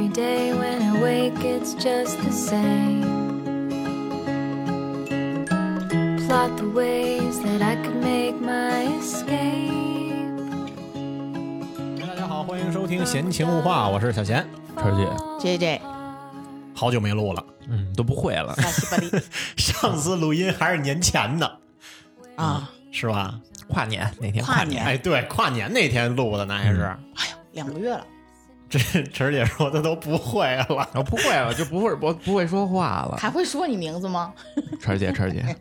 Every day when I wake it's just the same. Plot the ways that I could make my escape. 大家好，欢迎收听闲情物话，我是小贤， 晨姐， JJ 好久没录了， 都不会了。 萨西巴利上次录音还是年前的啊， 是吧？ 跨年那天， 跨年哎，对，跨年那天录的，那还是。 哎呀，2个月了， 这晨姐说她都不会了， 我不会了，就不会说话了。 还会说你名字吗？ 晨姐，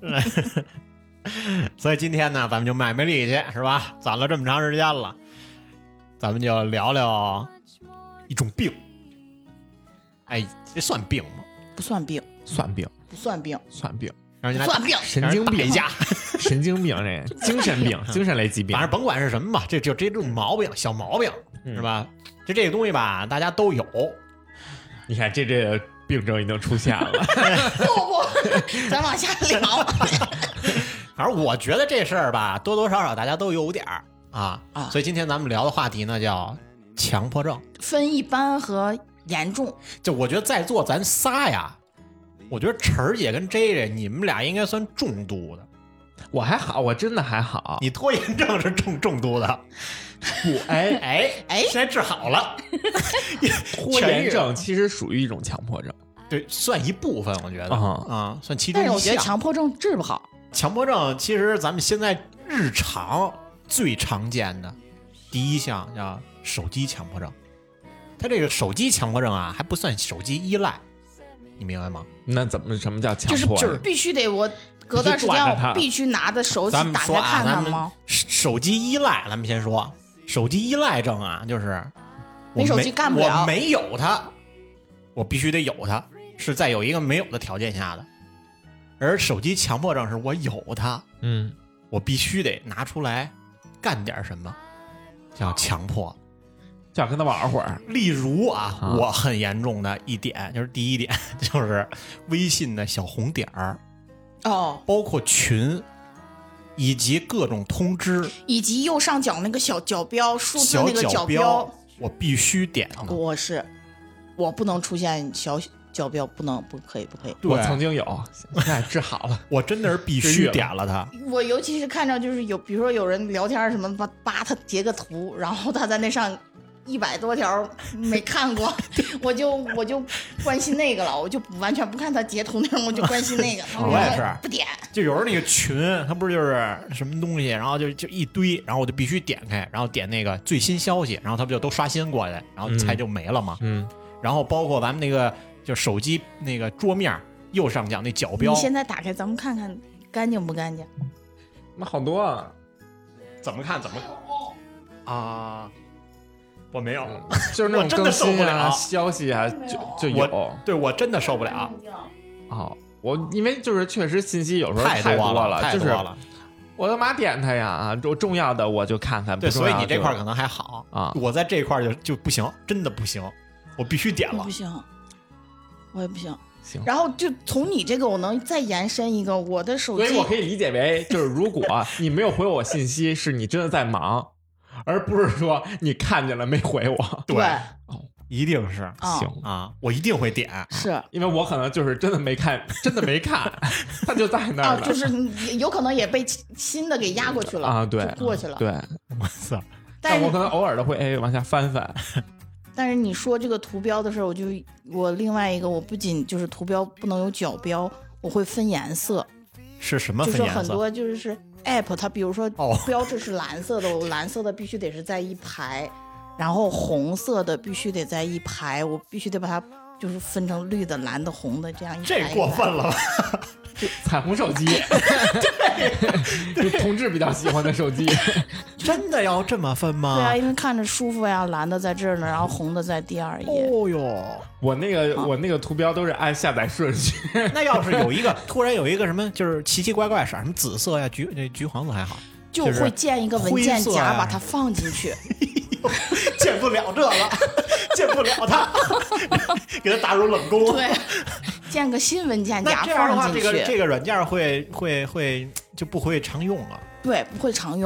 所以今天呢，咱们就卖力气，是吧？攒了这么长时间了，咱们就聊聊一种病。哎，这算病吗？ 不算病， 算病， 不算病， 算病， 让人家算病， 神经病家， 神经病这精神病，精神类疾病。 反正甭管是什么吧，这种毛病，小毛病，是吧？这个东西吧，大家都有。 你看这个病症已经出现了。 不，咱往下聊。 反正我觉得这事儿吧，多多少少大家都有点儿啊。所以今天咱们聊的话题呢，叫强迫症， 分一般和严重。 就我觉得在座咱仨呀，我觉得晨儿姐跟 J J 你们俩应该算重度的。 我还好，我真的还好。 你拖延症是重度的。 不，哎， 现在治好了。 拖延症其实属于一种强迫症， 对，算一部分，我觉得算其中一项。 但是我觉得强迫症治不好。 强迫症其实咱们现在日常最常见的第一项叫手机强迫症。它这个手机强迫症啊，还不算手机依赖，你明白吗？ 那什么叫强迫？ 就是必须得我隔段时间我必须拿着手机打开看看吗？ 手机依赖，咱们先说手机依赖症啊，就是没手机干不了， 我没有它，我必须得有它，是在有一个没有的条件下的。而手机强迫症是我有它，我必须得拿出来干点什么，叫强迫， 就要跟他玩会儿。 例如我很严重的一点就是第一点就是微信的小红点儿，包括群，以及各种通知， 以及右上角那个小角标，数字那个角标， 我必须点。 我不能出现小角标，不可以。 我曾经有，现在治好了。 我真的是必须点了它。 我尤其是看着就是比如说有人聊天什么，他截个图，然后他在那上100多条没看过，我就关心那个了，我就完全不看他截图内容，我就关心那个。 我也是不点。 就有时候那个群，它不是就是什么东西，然后就一堆，然后我就必须点开，然后点那个最新消息，然后它不就都刷新过来，然后菜就没了嘛。然后包括咱们那个就手机那个桌面右上角那角标， 你现在打开咱们看看干净不干净？ 那好多啊， 怎么看啊？我没有， 就是那种更新啊、消息啊，就有。 对，我真的受不了。 我因为就是确实信息有时候太多了， 就是我干嘛点它呀？重要的我就看看。 对，所以你这块可能还好啊， 我在这块就不行，真的不行，我必须点了。 不行，我也不行。 行， 然后就从你这个我能再延伸一个，我的手机， 所以我可以理解为就是如果你没有回我信息，是你真的在忙。而不是说你看见了没回我。 对， 一定是行啊，我一定会点， 是因为我可能就是真的没看，他就在那儿了， 就是有可能也被新的给压过去了啊，对， 就过去了， 对， 我操！ 但我可能偶尔的会往下翻。 但是你说这个图标的事候，我另外一个，我不仅就是图标不能有角标，我会分颜色。 是什么分颜色？ 就是很多就是app 它比如说标志是蓝色的，我蓝色的必须得是在一排，然后红色的必须得在一排，我必须得把它就是分成绿的、蓝的、红的这样一排。 这过分了吧？ 彩虹手机，对，同志比较喜欢的手机。 真的要这么分吗？ 对啊，因为看着舒服呀，蓝的在这儿呢，然后红的在第2页。 哦哟， 我那个图标都是按下载顺序。 那要是突然有一个什么就是奇奇怪怪色，什么紫色呀、橘黄色还好， 就会建一个文件夹把它放进去。 建不了这个，建不了它，给它打入冷宫。 对，建个新文件夹放进去。那这样的话，这个软件会就不会常用啊？ 对，不会常用。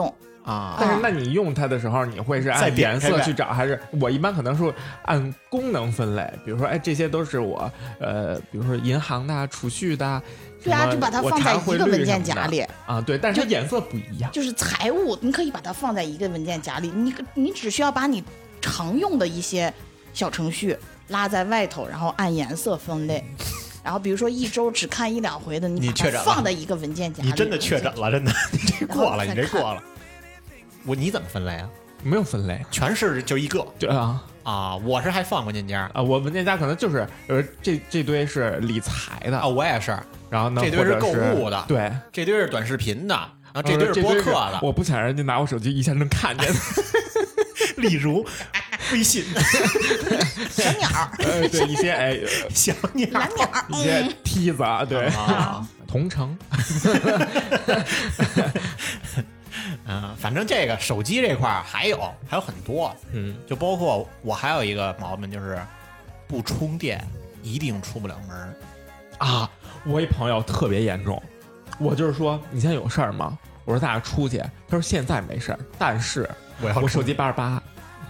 啊。 但是那你用它的时候，你会是再按颜点开呗色去找，还是我一般可能是按功能分类？比如说，哎，这些都是我比如说银行的、储蓄的。 对啊，就把它放在一个文件夹里啊，对，但是它颜色不一样。 就是财务，你可以把它放在一个文件夹里，你只需要把你常用的一些小程序拉在外头，然后按颜色分类。然后比如说一周只看1、2回的，你把它放在一个文件夹里。 你真的确诊了，真的，你这过了，你这过了。你怎么分类啊？ 没有分类， 全是就一个。 对啊。 我是还放文件夹啊，我文件夹可能就是这堆是理财的啊，我也是。 然后呢， 这堆是购物的， 对， 这堆是短视频的，然后这堆是播客的。 我不想让人家拿我手机一下能看见。 例如微信、 小鸟， 对一些小鸟、 蓝鸟， 一些梯子，对，同城。 反正这个手机这块还有很多，就包括我还有一个毛病，就是不充电一定出不了门啊。我一朋友特别严重，我就是说你现在有事儿吗？我说咱俩出去，他说现在没事儿，但是我手机88。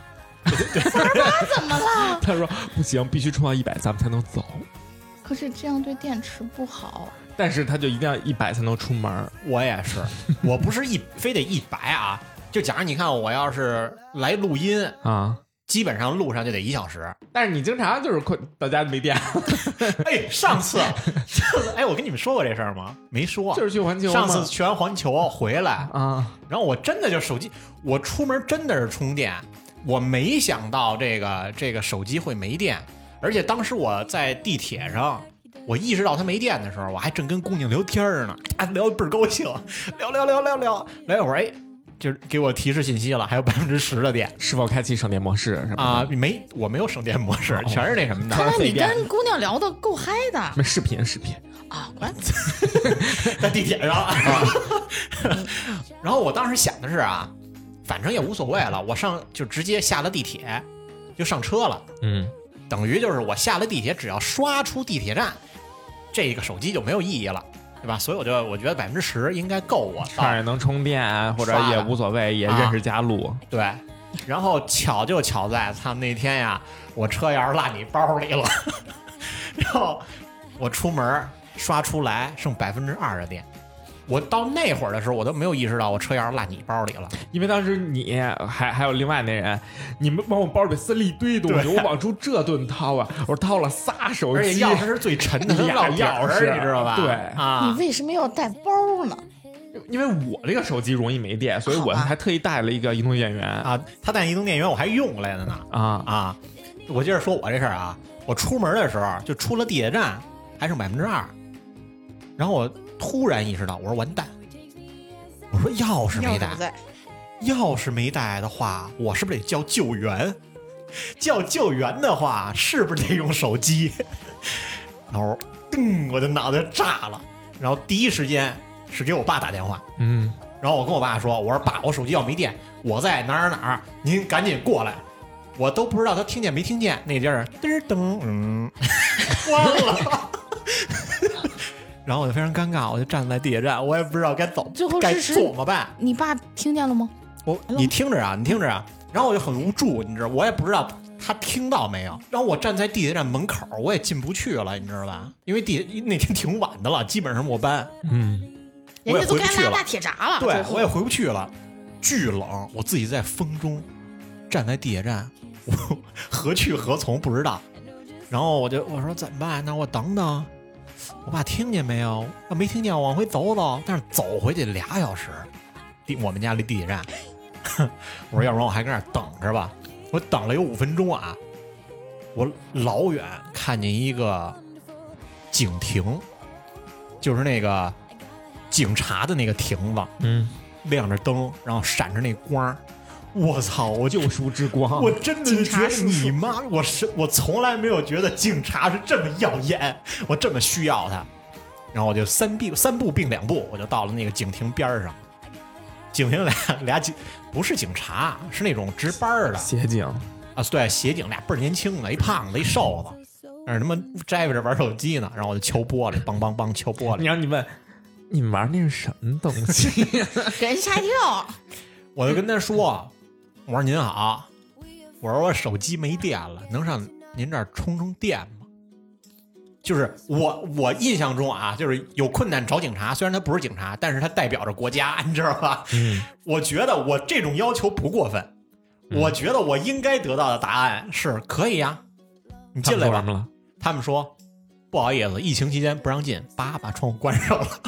88怎么了？ 他说不行，必须充到100，咱们才能走。 可是这样对电池不好。 但是他就一定要100才能出门。 我也是，我不是非得100啊。就假如你看我要是来录音啊， 基本上路上就得1小时。 但是你经常就是快到家没电。 哎，上次我跟你们说过这事儿吗？没说， 就是去环球。 上次去完环球回来啊， 然后我真的就手机，我出门真的是充电，我没想到这个手机会没电，而且当时我在地铁上。我意识到它没电的时候，我还正跟姑娘聊天呢，聊倍儿高兴，聊一会儿，哎，就给我提示信息了，还有10%的电， 是否开启省电模式什么的啊？我没有省电模式，全是那什么的。 看来你跟姑娘聊的够嗨的。 没视频啊， 在地铁上。然后我当时想的是反正也无所谓了，我就直接下了地铁，就上车了。等于就是我下了地铁，只要刷出地铁站。这个手机就没有意义了，对吧？所以我觉得10%应该够我， 上也能充电，或者也无所谓，也认识家路。 对，然后巧就巧在那天呀，我车钥匙落你包里了，然后我出门刷出来剩2%的电。我到那会儿的时候，我都没有意识到我车钥匙落你包里了， 因为当时你还有另外那人，你们往我包里塞了一堆东西，我往出这顿掏啊，我掏了仨手机， 而且钥匙是最沉的俩钥匙， 你知道吧？ 对啊，你为什么要带包呢？ 因为我这个手机容易没电，所以我还特意带了一个移动电源啊。他带移动电源我还用来了呢我接着说我这事儿啊，我出门的时候就出了地铁站，还剩2%，然后我突然意识到，我说完蛋，我说钥匙没带，钥匙没带的话，我是不是得叫救援？叫救援的话，是不是得用手机？然后我的脑袋炸了，然后第一时间是给我爸打电话，然后我跟我爸说，我说爸，我手机要没电，我在哪儿，您赶紧过来。我都不知道他听见没听见，那地儿噔噔，关了。然后我就非常尴尬，我就站在地铁站，我也不知道该怎么办。 你爸听见了吗？ 你听着啊，然后我就很无助，你知道，我也不知道他听到没有。然后我站在地铁站门口，我也进不去了，你知道吧？因为那天挺晚的了，基本上末班。 人家都该拉大铁闸了。 对，我也回不去了，巨冷，我自己在风中站在地铁站，我何去何从不知道。然后我说怎么办？那我等等。我爸听见没有？要没听见，我往回走走。但是走回去2小时，我们家离地铁站。我说要不然我还搁那等着吧。我等了有5分钟啊，我老远看见一个警亭，就是那个警察的那个亭子，亮着灯，然后闪着那光。我操！我救赎之光， 我真的是觉得你妈！我从来没有觉得警察是这么耀眼，我这么需要他。然后我就3步并2步，我就到了那个警亭边上。警亭俩不是警察，是那种值班的协警啊，对，协警俩倍儿年轻的，一胖子一瘦子，那他妈摘着玩手机呢。然后我就敲玻璃，梆梆梆敲玻璃。 你让你问，你们玩那是什么东西？ 给人吓一跳。 我就跟他说，我说您好，我说我手机没电了，能上您这儿充电吗？就是我印象中啊，就是有困难找警察，虽然他不是警察，但是他代表着国家，你知道吧？我觉得我这种要求不过分，我觉得我应该得到的答案是可以呀，你进来吧。他们说不好意思，疫情期间不让进，把窗户关上了。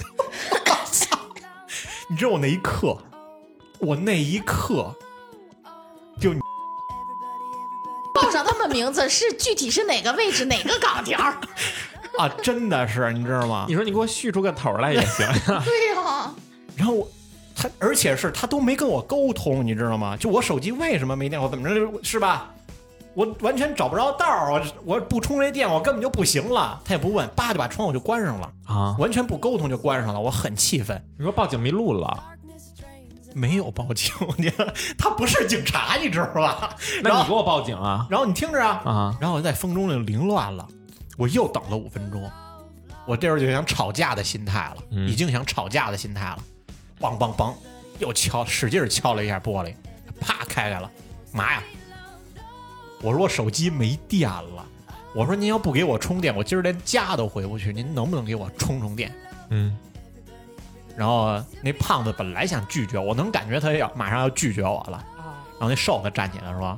你知道我那一刻就报上他们名字是具体是哪个位置哪个岗条啊，真的是你知道吗？ 你说你给我续出个头来也行呀。 对呀， 然后而且是他都没跟我沟通，你知道吗？就我手机为什么没电，我怎么着是吧？我完全找不着道儿，我不充这电，我根本就不行了。他也不问，就把窗户就关上了啊，完全不沟通就关上了，我很气愤。 你说报警迷路了？ 没有报警，他不是警察，你知道吧？ 那你给我报警啊！ 然后你听着啊，然后我在风中就凌乱了，我又等了5分钟，我这时候就想吵架的心态了，已经想吵架的心态了，梆梆梆，又使劲敲了一下玻璃，啪开了，嘛呀？我说我手机没电了，我说您要不给我充电，我今儿连家都回不去，您能不能给我充电？然后那胖子本来想拒绝我，能感觉他马上要拒绝我了。然后那瘦子站起来说：“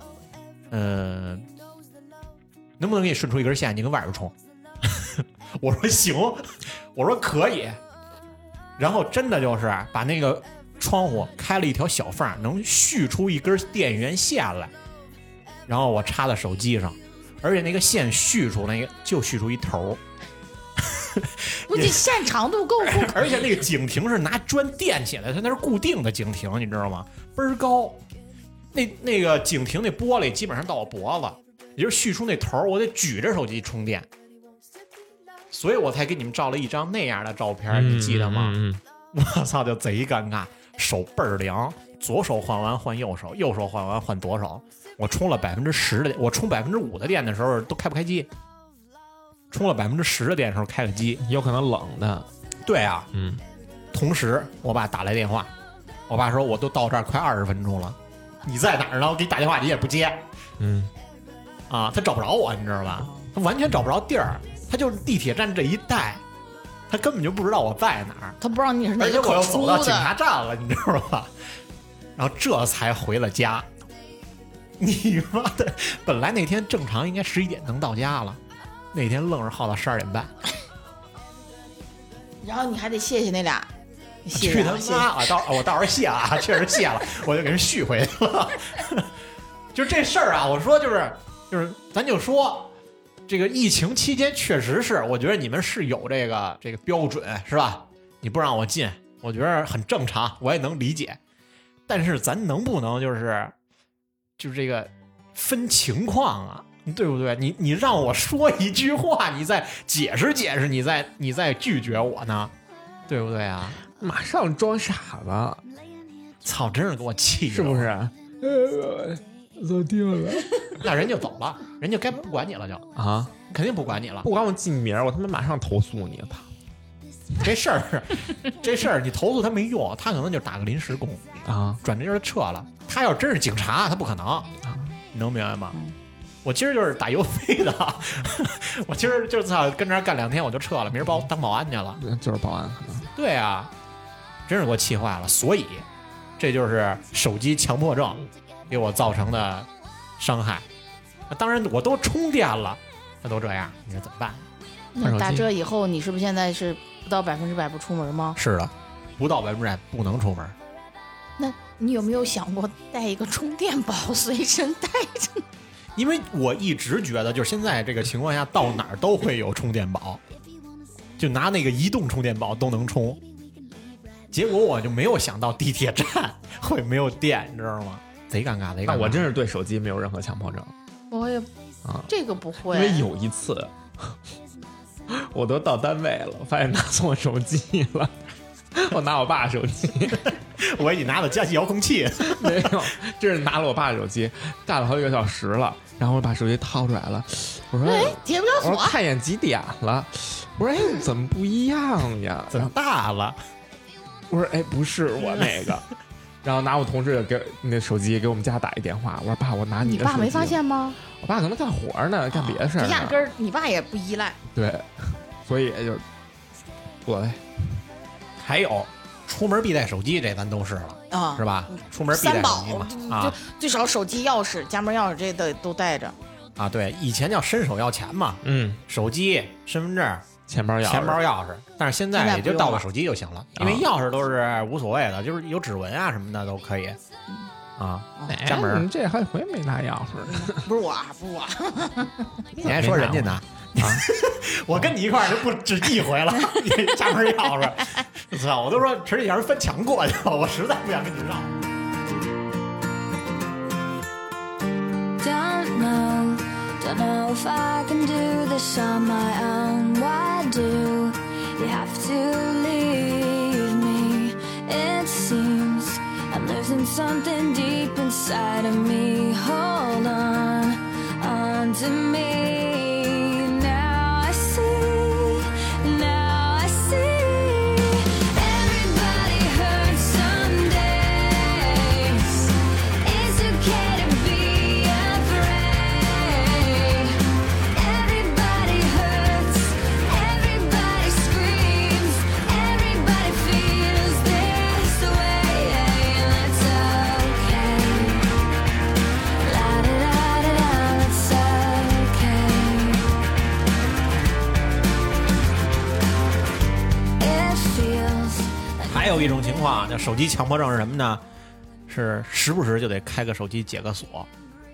能不能给你顺出一根线，你跟外边充？”我说行，我说可以。然后真的就是把那个窗户开了一条小缝，能续出一根电源线来。然后我插在手机上，而且那个线续出那个就续出一头。 估计线长度够不？ 而且那个警亭是拿砖垫起来，它那是固定的警亭，你知道吗？倍儿高，那个警亭那玻璃基本上到我脖子，也就是续出那头，我得举着手机充电，所以我才给你们照了一张那样的照片，你记得吗？我操，就贼尴尬，手倍儿凉，左手换完换右手，右手换完换左手。我充了10%的，我充5%的电的时候都开不开机。充了10%的电的时候开个机， 有可能冷的。 对啊，同时我爸打来电话，我爸说我都到这儿快20分钟了，你在哪儿呢？我给你打电话你也不接。他找不着我，你知道吧？他完全找不着地儿，他就是地铁站这一带，他根本就不知道我在哪儿， 他不知道你是哪个口出的。而且我又走到警察站了，你知道吧？然后这才回了家。你妈的，本来那天正常应该11点能到家了。那天愣是耗到12点半， 然后你还得谢谢那俩， 去他妈啊！我到时候谢了，确实谢了，我就给人续回去了。就这事儿啊，我说就是咱就说，这个疫情期间确实是，我觉得你们是有这个标准是吧？你不让我进，我觉得很正常，我也能理解。但是咱能不能就是这个分情况啊？对不对？你让我说一句话，你再解释解释，你再拒绝我呢，对不对啊？ 马上装傻子， 操！真是给我气， 是不是？走定了， 那人就走了，人就该不管你了就啊，肯定不管你了， 不管我记名，我他妈马上投诉你！操！ 这事儿你投诉他没用，他可能就打个临时工啊，转这就撤了。他要真是警察，他不可能啊，你能明白吗？我今儿就是打邮费的，我今儿就是跟这儿干2天我就撤了，明儿把我当保安去了， 就是保安可能。 对啊，真是给我气坏了。所以这就是手机强迫症给我造成的伤害。当然我都充电了，那都这样，你说怎么办？ 那打这以后，你是不是现在是不到100%不出门吗？ 是的，不到100%不能出门。 那你有没有想过带一个充电宝随身带着？ 因为我一直觉得，就是现在这个情况下，到哪儿都会有充电宝，就拿那个移动充电宝都能充。结果我就没有想到地铁站会没有电，你知道吗？贼尴尬，贼尴尬。 那我真是对手机没有任何强迫症。 我也这个不会。 因为有一次，我都到单位了，发现拿错手机了。我拿我爸手机， 我以为你拿了家机遥控器， 没有，这是拿了我爸手机，干了好几个小时了，然后我把手机掏出来了，我说解不了锁， 我说看一眼几点了，我说怎么不一样呀？ 怎么大了？ 我说不是我那个， 然后拿我同事给那手机给我们家打一电话，我说爸，我拿你的手机。 爸没发现吗？ 我爸可能干活呢，干别的事儿。 压根儿你爸也不依赖。 对，所以就无所谓。 还有出门必带手机，这咱都是了啊， 是吧？出门必带手机嘛就最少手机、钥匙、家门钥匙这都带着啊。对，以前叫伸手要钱嘛，手机、身份证、 钱包、 钥匙，但是现在也就到个手机就行了，因为钥匙都是无所谓的，就是有指纹啊什么的都可以。家门， 你这还回没拿钥匙？ 不是我， 你还说人家呢？啊，我跟你一块儿就不止一回了，家门钥匙，我操！我都说池里要是翻墙过去了，我实在不想跟你绕。 Don't know if I can do this on my own. Why do you have to leave me? It seems I'm losing something deep inside of me. Hold on to me. Now I see. Everybody hurts some days. It's okay to be afraid. Everybody hurts. Everybody screams. Everybody feels this way. That's okay. La da da da da. That's okay. It feels like 还有一种情况叫手机强迫症是什么呢？是时不时就得开个手机解个锁，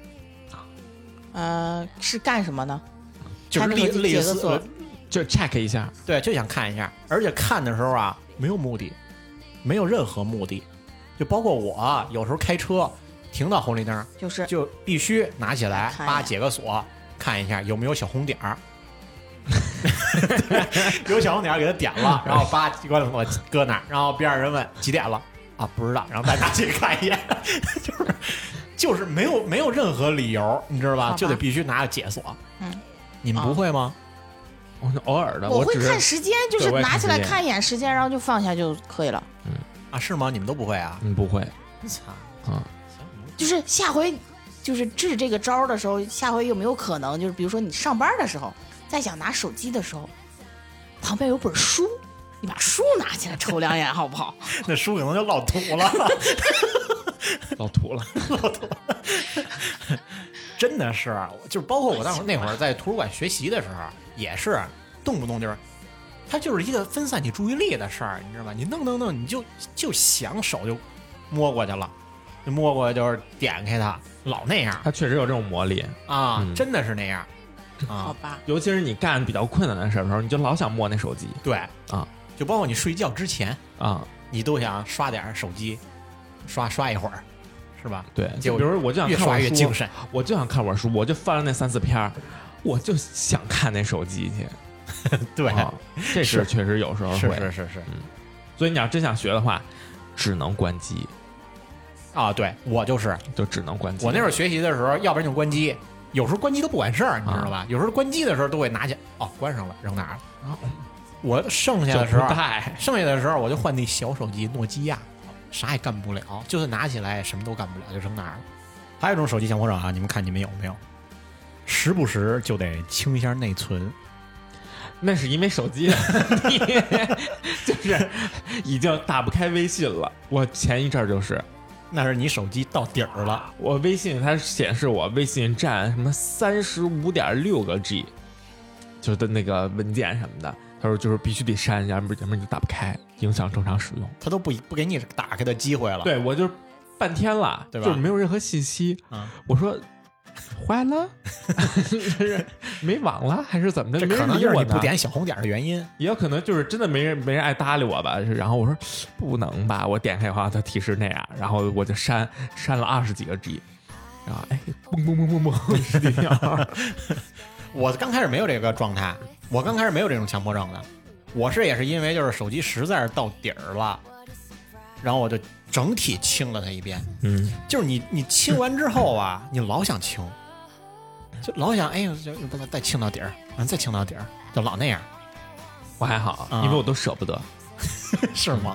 是干什么呢？ 就是开个手机类解个锁似， 就 check 一下。 对，就想看一下，而且看的时候啊，没有目的，没有任何目的，就包括我有时候开车停到红绿灯，就必须拿起来，叭解个锁，看一下有没有小红点儿。有小红点给他点了，然后叭关了我搁那儿，然后边上人问几点了啊，不知道，然后再拿起看一眼，就是没有任何理由，你知道吧？就得必须拿个解锁。你们不会吗？ 我偶尔的， 我会看时间，就是拿起来看一眼时间，然后就放下就可以了。 是吗？你们都不会啊？ 不会。 操就是下回就是治这个招的时候，下回有没有可能就是比如说你上班的时候，再想拿手机的时候，旁边有本书，你把书拿起来瞅两眼好不好？ 那书可能就落土了， 落土了。 真的是，就是包括我那会儿在图书馆学习的时候，也是动不动就是，它就是一个分散你注意力的事儿，你知道吧？你弄，你就想手就摸过去了，就摸过去就是点开它，老那样。 它确实有这种魔力啊，真的是那样。 好吧， 尤其是你干比较困难的事儿的时候，你就老想摸那手机。 对啊，就包括你睡觉之前啊， 你都想刷点手机，刷一会儿，是吧？ 对，就比如我就想看越刷越精神， 我就想看会儿书，我就翻了那3-4篇，我就想看那手机去。 对， 这是确实有时候会是， 所以你要真想学的话，只能关机。 啊，对我就只能关机。 我那会儿学习的时候，要不然就关机。有时候关机都不管事儿，你知道吧？有时候关机的时候都会拿起，关上了，扔哪儿了？我剩下的时候我就换那小手机，诺基亚，啥也干不了，就是拿起来什么都干不了，就扔哪儿了。还有一种手机强迫症啊，你们看你们有没有？时不时就得清一下内存。 那是因为手机就是已经打不开微信了。我前一阵就是。 那是你手机到底儿了。 我微信它显示我微信占什么35.6个 G， 就是的那个文件什么的，他说就是必须得删，要不然你就打不开，影响正常使用。 他都不给你打开的机会了。 对，我就半天了， 对吧？ 就是没有任何信息。我说坏了，没网了还是怎么着？ 这可能就是你不点小红点的原因， 也有可能就是真的没人爱搭理我吧。然后我说不能吧，我点开的话它提示那样，然后我就删了20几个 G， 然后蹦10几条。 我刚开始没有这个状态，我刚开始没有这种强迫症的，我也是因为就是手机实在是到底儿了，然后我就整体清了它一遍。就是你清完之后啊，你老想清，就老想就把它再清到底儿，再清到底儿，就老那样。 我还好，因为我都舍不得。 是吗？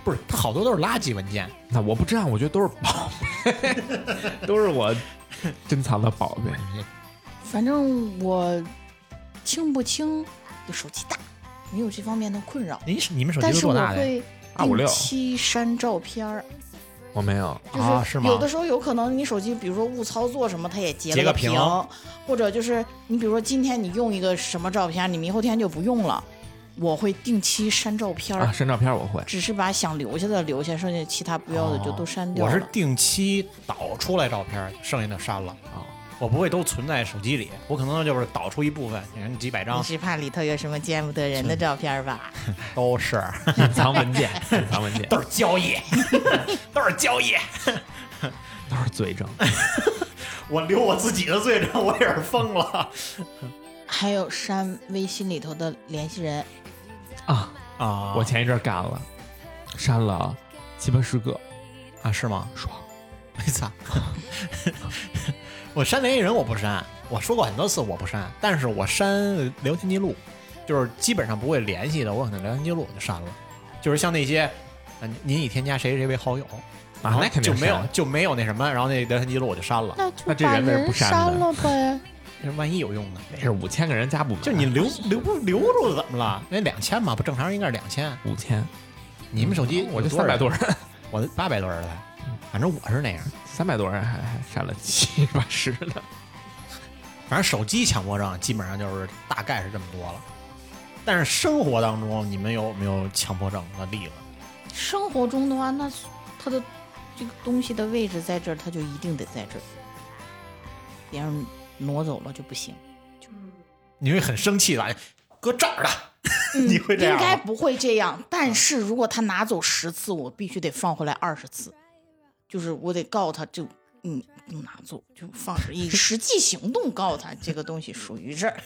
不是，它好多都是垃圾文件。 那我不知道，我觉得都是宝贝，都是我珍藏的宝贝。 反正我清不清就手机大，没有这方面的困扰。 你们手机但是我都多大的？ 会定期删照片儿。 我没有是吗？ 有的时候有可能你手机，比如说误操作什么，它也截了个屏，或者就是你比如说今天你用一个什么照片，你明后天就不用了，我会定期删照片啊，删照片我会， 只是把想留下的留下，剩下其他不要的就都删掉了。 我是定期导出来照片，剩下的删了啊。我不会都存在手机里，我可能就是导出一部分，几百张。 你是怕里头有什么见不得人的照片吧？ 都是隐藏文件，隐藏文件都是交易，都是交易， 都是罪证。 我留我自己的罪证，我也是疯了。 还有删微信里头的联系人啊，我前一阵干了，删了7、80个啊？是吗？ 爽！ 没操！我删联系人我不删，我说过很多次我不删，但是我删聊天记录，就是基本上不会联系的，我可能聊天记录我就删了。就是像那些，您已添加谁谁为好友啊，那肯定就没有那什么，然后那聊天记录我就删了。 那这人为什么不删了呗？ 万一有用呢？ 那是5000个人加不满， 就你留住怎么了？那2000嘛，不正常应该是 2000，5000。 你们手机我就300多人， 我800多人了，反正我是那样 ，300多人还删了7、80的。 反正手机强迫症基本上就是大概是这么多了。但是生活当中你们有没有强迫症的例子？ 生活中的话，那它的这个东西的位置在这儿，它就一定得在这儿，别人挪走了就不行。 你会很生气吧？搁这儿了，你会这样吗？ 应该不会这样，但是如果他拿走10次，我必须得放回来20次，就是我得告他，就不拿走，就放着，以实际行动告他这个东西属于这儿。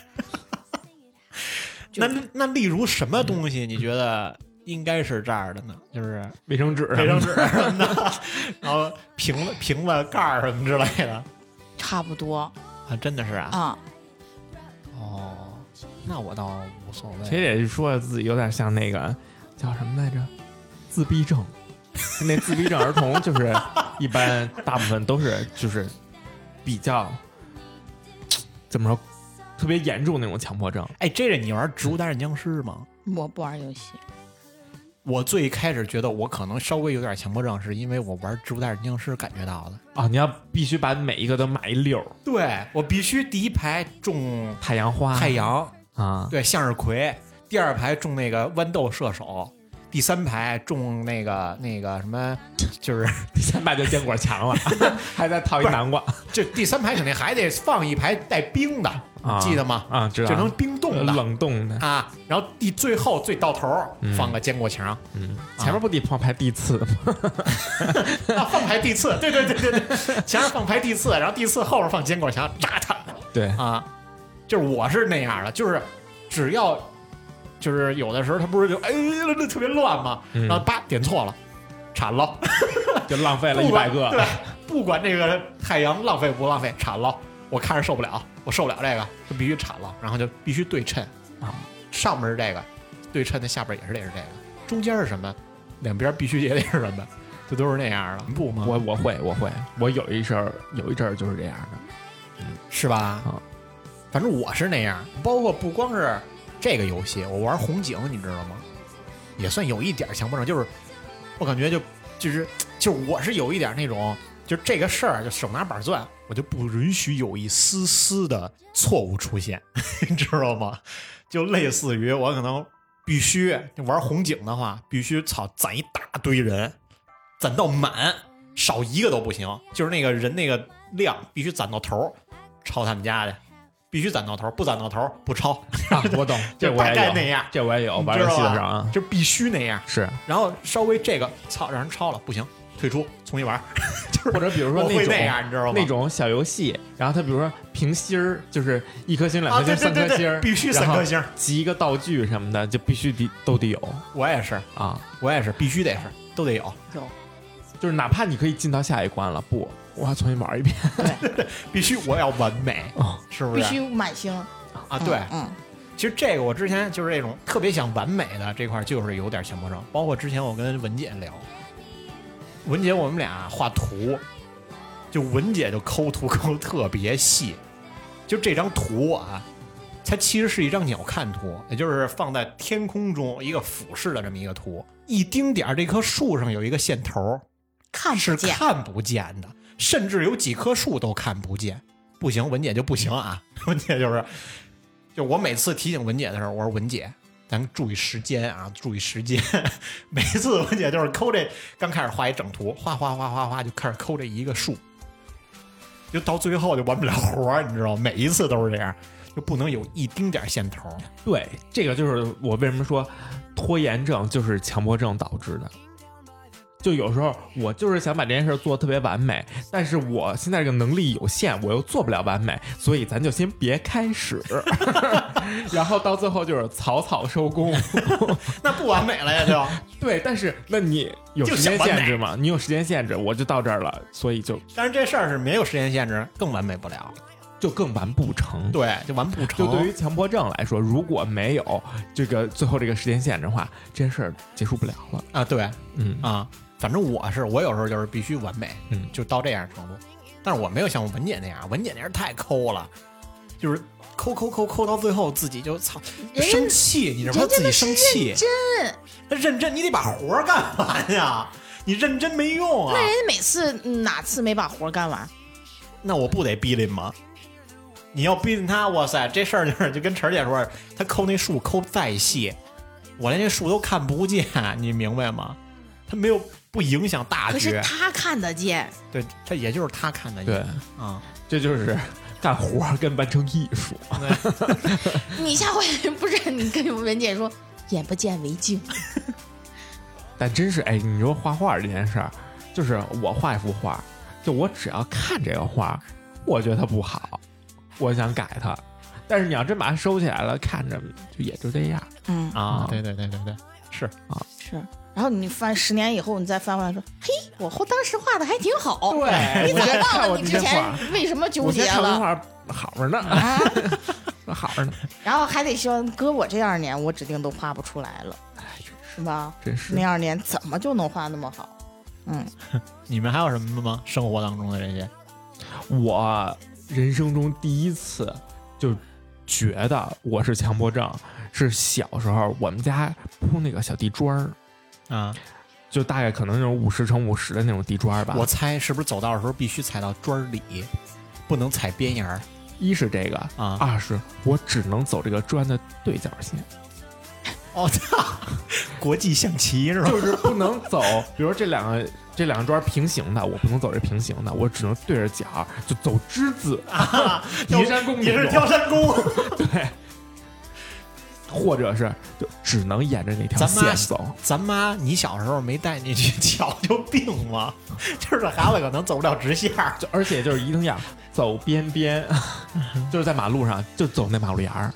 那例如什么东西你觉得应该是这样的呢？就是卫生纸什么的，然后瓶子盖儿什么之类的， 差不多啊，真的是啊。 哦，那我倒无所谓。 其实也是说自己有点像那个叫什么来着，自闭症。那自闭症儿童就是一般大部分都是就是比较怎么说特别严重那种强迫症。 哎，这你玩《植物大战僵尸》吗？ 我不玩游戏。 我最开始觉得我可能稍微有点强迫症，是因为我玩《植物大战僵尸》感觉到的啊。你要必须把每一个都买一溜。 对，我必须第一排种太阳花、 太阳啊， 对，向日葵；第二排种那个豌豆射手；第三排种那个什么，就是第三排就坚果墙了，还在套一南瓜。 这第三排肯定还得放一排带冰的，记得吗？ 啊，知道， 就能冰冻的、 冷冻的啊。然后最后最到头放个坚果墙， 前面不得放排地次吗？ 啊，放排地次，对，前面放排地次，然后地次后面放坚果墙，炸它。 对啊，就是我是那样的，就是只要就是有的时候他不是就特别乱吗？然后叭点错了，铲了， 就浪费了100个。 对，不管这个太阳浪费不浪费，铲了。我看着受不了，我受不了这个，就必须铲了，然后就必须对称啊，上面是这个对称的，下边也是得是这个，中间是什么？两边必须也得是什么？这都是那样的，不吗？ 我会，我有一阵儿就是这样的， 是吧？ 啊， 反正我是那样，包括不光是这个游戏，我玩红警，你知道吗？也算有一点强迫症，就是我感觉就是我是有一点那种，就是这个事儿就手拿板钻，我就不允许有一丝丝的错误出现，你知道吗？就类似于我可能必须玩红警的话，必须攒一大堆人，攒到满，少一个都不行，就是那个人那个量必须攒到头，抄他们家的。必须攒到头，不攒到头不抄啊！我懂，这大概那样， 这我也有玩游戏的时候啊， 就必须那样。 是， 然后稍微这个让人抄了不行，退出重新玩。就是或者比如说那样，你知道吗？ 那种小游戏，然后它比如说评星儿，就是1颗星、2颗星、3颗星， 必须3颗星， 集一个道具什么的，就必须都得有。 我也是啊， 我也是，必须得是都得有。 就是哪怕你可以进到下一关了，不，我要重新玩一遍。 对，必须我要完美，是不是？ 必须满星啊！对， 其实这个我之前就是这种特别想完美的这块，就是有点强迫症。包括之前我跟文姐聊，文姐我们俩画图，就文姐就抠图抠得特别细，就这张图啊，它其实是一张鸟瞰图，也就是放在天空中一个俯视的这么一个图，一丁点这棵树上有一个线头，是看不见的，甚至有几棵树都看不见。不行，文姐就不行啊，文姐就我每次提醒文姐的时候，我说文姐，咱注意时间啊，注意时间。每次文姐就是抠这，刚开始画一整图，画就开始抠这一个树，就到最后就完不了活，你知道吗？每一次都是这样，就不能有一丁点线头。 对，这个就是我为什么说拖延症就是强迫症导致的。就有时候我就是想把这件事做得特别完美，但是我现在这个能力有限，我又做不了完美，所以咱就先别开始，然后到最后就是草草收工， 那不完美了呀就。 对，但是那你有时间限制吗？你有时间限制，我就到这儿了，所以就， 但是这事儿是没有时间限制，更完美不了， 就更完不成。 对，就完不成。 就对于强迫症来说，如果没有这个最后这个时间限制的话，这件事儿结束不了了啊。对， 啊。 反正我有时候就是必须完美，就到这样程度。但是我没有像文姐那样，文姐那样太抠了，就是抠到最后自己就操生气，你知道吗？自己生气，认真，你得把活干完呀，你认真没用啊。 那人家每次哪次没把活干完？ 那我不得逼拎吗？你要逼拎他，哇塞，这事儿就跟晨姐说，他抠那树抠再细，我连那树都看不见，你明白吗？他没有。不影响大局， 可是他看得见， 对，他也就是他看得见， 对啊， 这就是干活跟完成艺术。 你下回不是你跟文姐说眼不见为净， 但真是哎，你说画画这件事儿，就是我画一幅画，就我只要看这个画，我觉得它不好，我想改它，但是你要真把它收起来了，看着就也就这样， 对，是啊， 是。然后你翻10年以后，你再翻回来说：“嘿，我当时画的还挺好。” 对， 你咋忘了你之前为什么纠结了？ 画好着呢，好着呢。 然后还得说，搁我这2年，我指定都画不出来了，是吧？ 真是那2年怎么就能画那么好？ 你们还有什么吗？生活当中的这些？ 我人生中第一次就觉得我是强迫症，是小时候我们家铺那个小地砖儿。就大概可能那种50乘50的那种地砖吧。 我猜是不是走道的时候必须踩到砖里，不能踩边沿儿？ 一是这个二是我只能走这个砖的对角线。 我操，国际象棋是吧？ 就是不能走，比如这两个砖平行的，我不能走这平行的，我只能对着角就走之字移山弓， 你是挑山弓， 对。或者是就只能沿着那条线走。 咱妈，你小时候没带你去瞧瞧病吗？就是这孩子可能走不了直线， 而且就是一定要走边边，就是在马路上就走那马路沿儿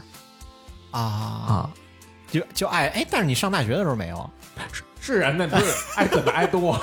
就爱哎，但是你上大学的时候没有？ 是啊，那不是爱怎么爱多，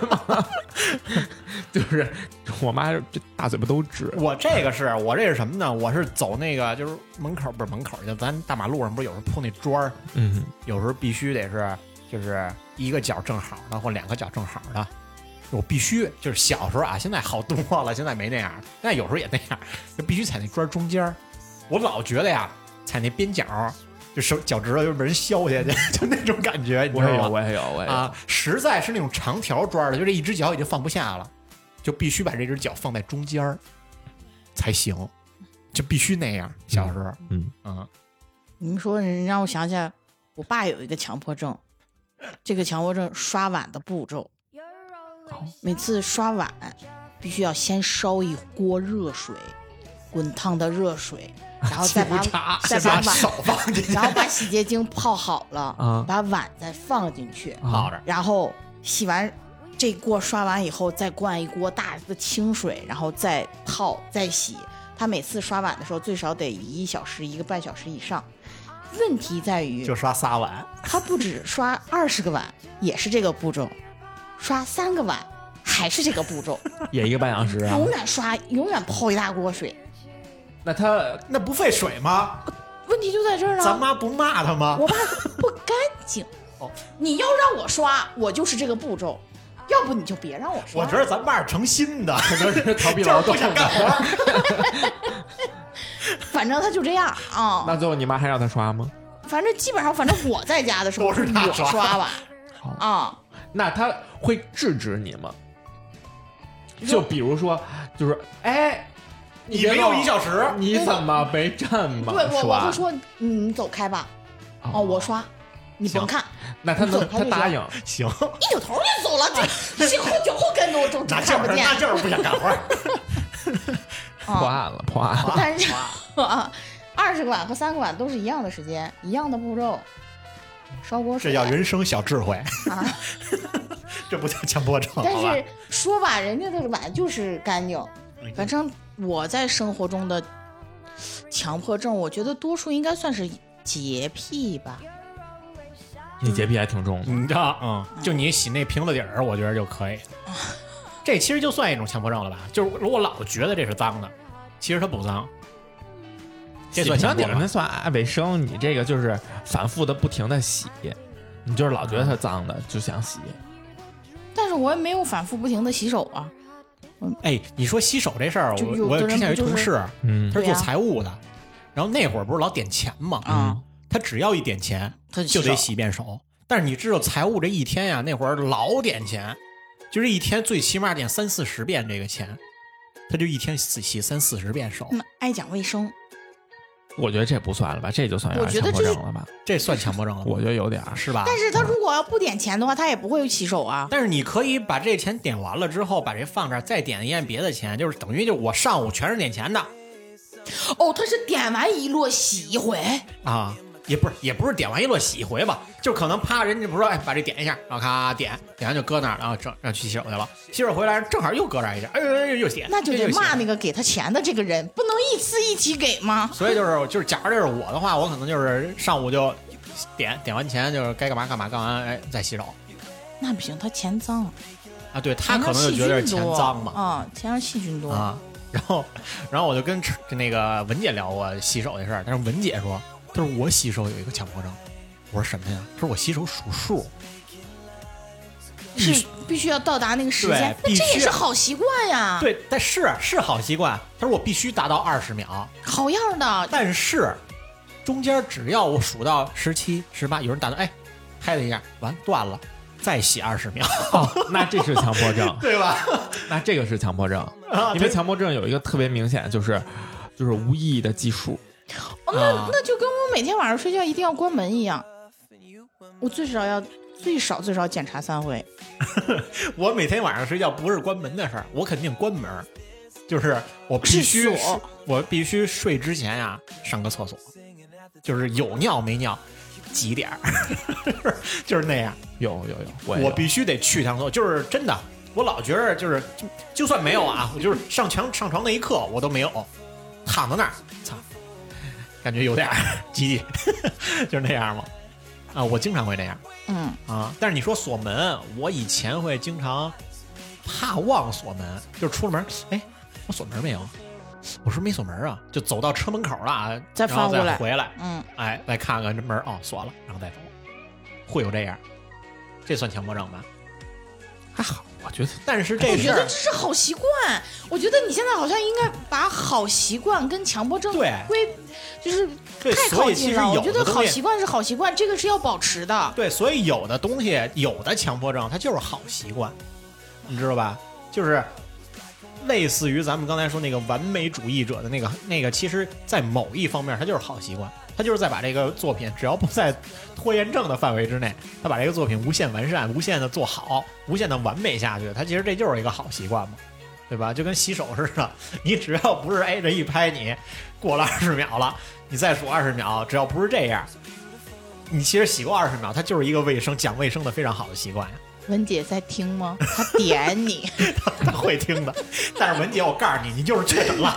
就是我妈这大嘴巴都直。 我这是什么呢？我是走那个就是门口，不是门口，就咱大马路上不是有时候铺那砖儿，有时候必须得是就是一个角正好的或2个角正好的，我必须就是小时候啊，现在好多了，现在没那样，但有时候也那样，就必须踩那砖中间。我老觉得呀，踩那边角。就手脚趾头就被人削下去，就那种感觉，你知道吗？ 我也有啊！ 实在是那种长条砖的，就这一只脚已经放不下了，就必须把这只脚放在中间才行，就必须那样。小时候， 你们说，你让我想想，我爸有一个强迫症，这个强迫症刷碗的步骤，每次刷碗必须要先烧一锅热水，滚烫的热水。然后再把手放进去， 然后把洗洁精泡好了，把碗再放进去， 泡着， 然后洗完这锅刷完以后，再灌一锅大的清水，然后再泡再洗。他每次刷碗的时候最少得1小时1个半小时以上。问题在于就刷3碗， 他不止刷20个碗，也是这个步骤，刷3个碗还是这个步骤， 也1个半小时啊， 永远泡一大锅水。 那他那不费水吗？ 问题就在这儿呢。 咱妈不骂他吗？ 我爸不干净。你要让我刷，我就是这个步骤，要不你就别让我刷。 我觉得咱爸是诚心的， 可能是逃避劳动， 不想干活。 反正他就这样啊。 那最后你妈还让他刷吗？ 反正基本上，反正我在家的时候都是他我刷吧。啊， 那他会制止你吗？就比如说，就是哎， 你没有1小时， 你怎么没这么对，我刷会说你走开吧。哦，我刷，你甭看。 那他能他答应行， 一扭头就走了，这前后脚后跟都看不见。 那就是不想干活。 破案了，破案了。 但是20个碗和3个碗都是一样的时间，一样的步骤，烧锅水。 这叫人生小智慧啊， 这不叫强迫症。 但是说吧，人家的碗就是干净。反正我在生活中的强迫症，我觉得多数应该算是洁癖吧。 你洁癖还挺重的， 你知道，就你洗那瓶子底儿，我觉得就可以。这其实就算一种强迫症了吧？就是如果老觉得这是脏的，其实它不脏。这算强迫症， 那算爱卫生。你这个就是反复的、不停的洗，你就是老觉得它脏的就想洗。 但是我也没有反复不停的洗手啊。 哎，你说洗手这事儿，我之前有一同事，他是做财务的，然后那会儿不是老点钱嘛，他只要一点钱就得洗遍手。但是你知道财务这一天呀，那会儿老点钱，就是一天最起码点30-40遍这个钱，他就一天洗30-40遍手。 那爱讲卫生， 我觉得这不算了吧，这就算有点强迫症了吧？ 这算强迫症了， 我觉得有点是吧？ 但是他如果要不点钱的话，他也不会洗手啊。 但是你可以把这钱点完了之后，把这放这儿，再点一遍别的钱，就是等于就我上午全是点钱的。 哦，他是点完一摞洗一回啊？也不是点完一摞洗一回吧，就可能啪人家不是说哎把这点一下，然后咔点完就搁那儿，然后让去洗手去了，洗手回来正好又搁这儿一下，哎又点， 那就得骂那个给他钱的这个人，不能一次一起给吗？ 所以就是假如这是我的话，我可能就是上午就点完钱，就是该干嘛干嘛，干完哎再洗手。 那不行，他钱脏啊，对他可能就觉得钱脏嘛， 啊，钱上细菌多啊。然后我就跟那个文姐聊过洗手的事儿，但是文姐说。他说我洗手有一个强迫症，我说什么呀？他说我洗手数数， 是必须要到达那个时间，那这也是好习惯呀。 对，但是好习惯。他说我必须达到20秒， 好样的。 但是中间只要我数到17、18，有人打断，哎，拍了一下，完断了，再洗20秒。 那这是强迫症， 对吧？ 那这个是强迫症，因为强迫症有一个特别明显，就是无意义的计数。 那就跟我每天晚上睡觉一定要关门一样，我最少检查3回。 我每天晚上睡觉不是关门的事儿，我肯定关门，就是我必须睡之前呀上个厕所，就是有尿没尿几点就是那样。 有， 我必须得去趟厕所，就是真的，我老觉得就是就算没有啊，我就是上床那一刻我都没有，躺在那儿，操。感觉有点积极，就是那样嘛。啊，我经常会这样。但是你说锁门，我以前会经常怕忘锁门，就是出了门，哎，我锁门没有？我说没锁门啊，就走到车门口了啊， 再翻过来， 再回来，哎，再看看这门，哦，锁了，然后再走，会有这样，这算强迫症吧？ 还好。我觉得， 但是我觉得这是好习惯。我觉得你现在好像应该把好习惯跟强迫症就是太靠近了。我觉得好习惯是好习惯，这个是要保持的。 对，所以有的东西，有的强迫症，它就是好习惯，你知道吧？就是类似于咱们刚才说那个完美主义者的那个，其实在某一方面，它就是好习惯。他就是在把这个作品，只要不在拖延症的范围之内，他把这个作品无限完善、无限的做好、无限的完美下去。他其实这就是一个好习惯嘛，对吧？就跟洗手似的，你只要不是这一拍你过了20秒了，你再数20秒，只要不是这样，你其实洗过20秒，它就是一个讲卫生的非常好的习惯呀。 文姐在听吗？她点你， 她会听的。但是文姐，我告诉你，你就是确诊了。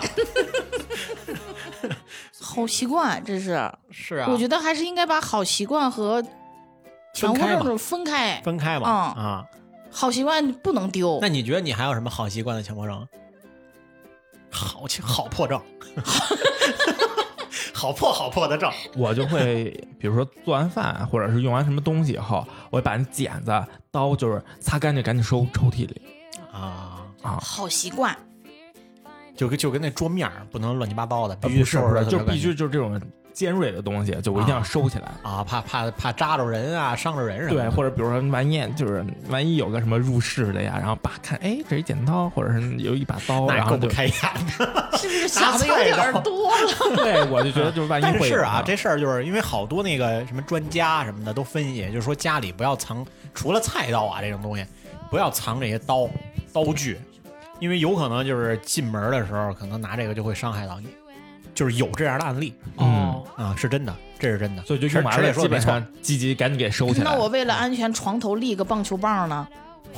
好习惯，这是啊， 我觉得还是应该把好习惯和强迫症分开嘛。 好习惯不能丢。 那你觉得你还有什么好习惯的强迫症？好破症， 好破的证。 我就会，比如说做完饭或者是用完什么东西以后，我会把那剪子、刀就是擦干净，赶紧收抽屉里。 好习惯。 就跟那桌面不能乱七八糟的，必须不是收拾得特别干净， 就必须就是这种尖锐的东西，就我一定要收起来啊，怕扎着人啊，伤着人什么的。 对，或者比如说万一有个什么入室的呀，然后看，哎，这一剪刀，或者是有一把刀，然后够不开眼的， 是不是想的有点多了？ 对，我就觉得就是万一会有。 但是啊，这事儿就是因为好多那个什么专家什么的都分析，就是说家里不要藏，除了菜刀啊这种东西，不要藏这些刀具。因为有可能就是进门的时候，可能拿这个就会伤害到你，就是有这样的案例。是真的，这是真的。 所以就用完了，基本上积极赶紧给收起来。 那我为了安全，床头立个棒球棒呢？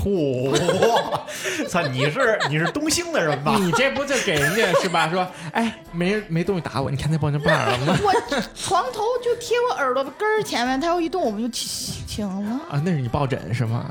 操！你是东兴的人吧？ 你这不就给人家是吧？说，哎，没东西打我，你看那棒球棒了吗？ 我床头就贴我耳朵根儿前面，它要一动我们就停了啊。那是你抱枕是吗？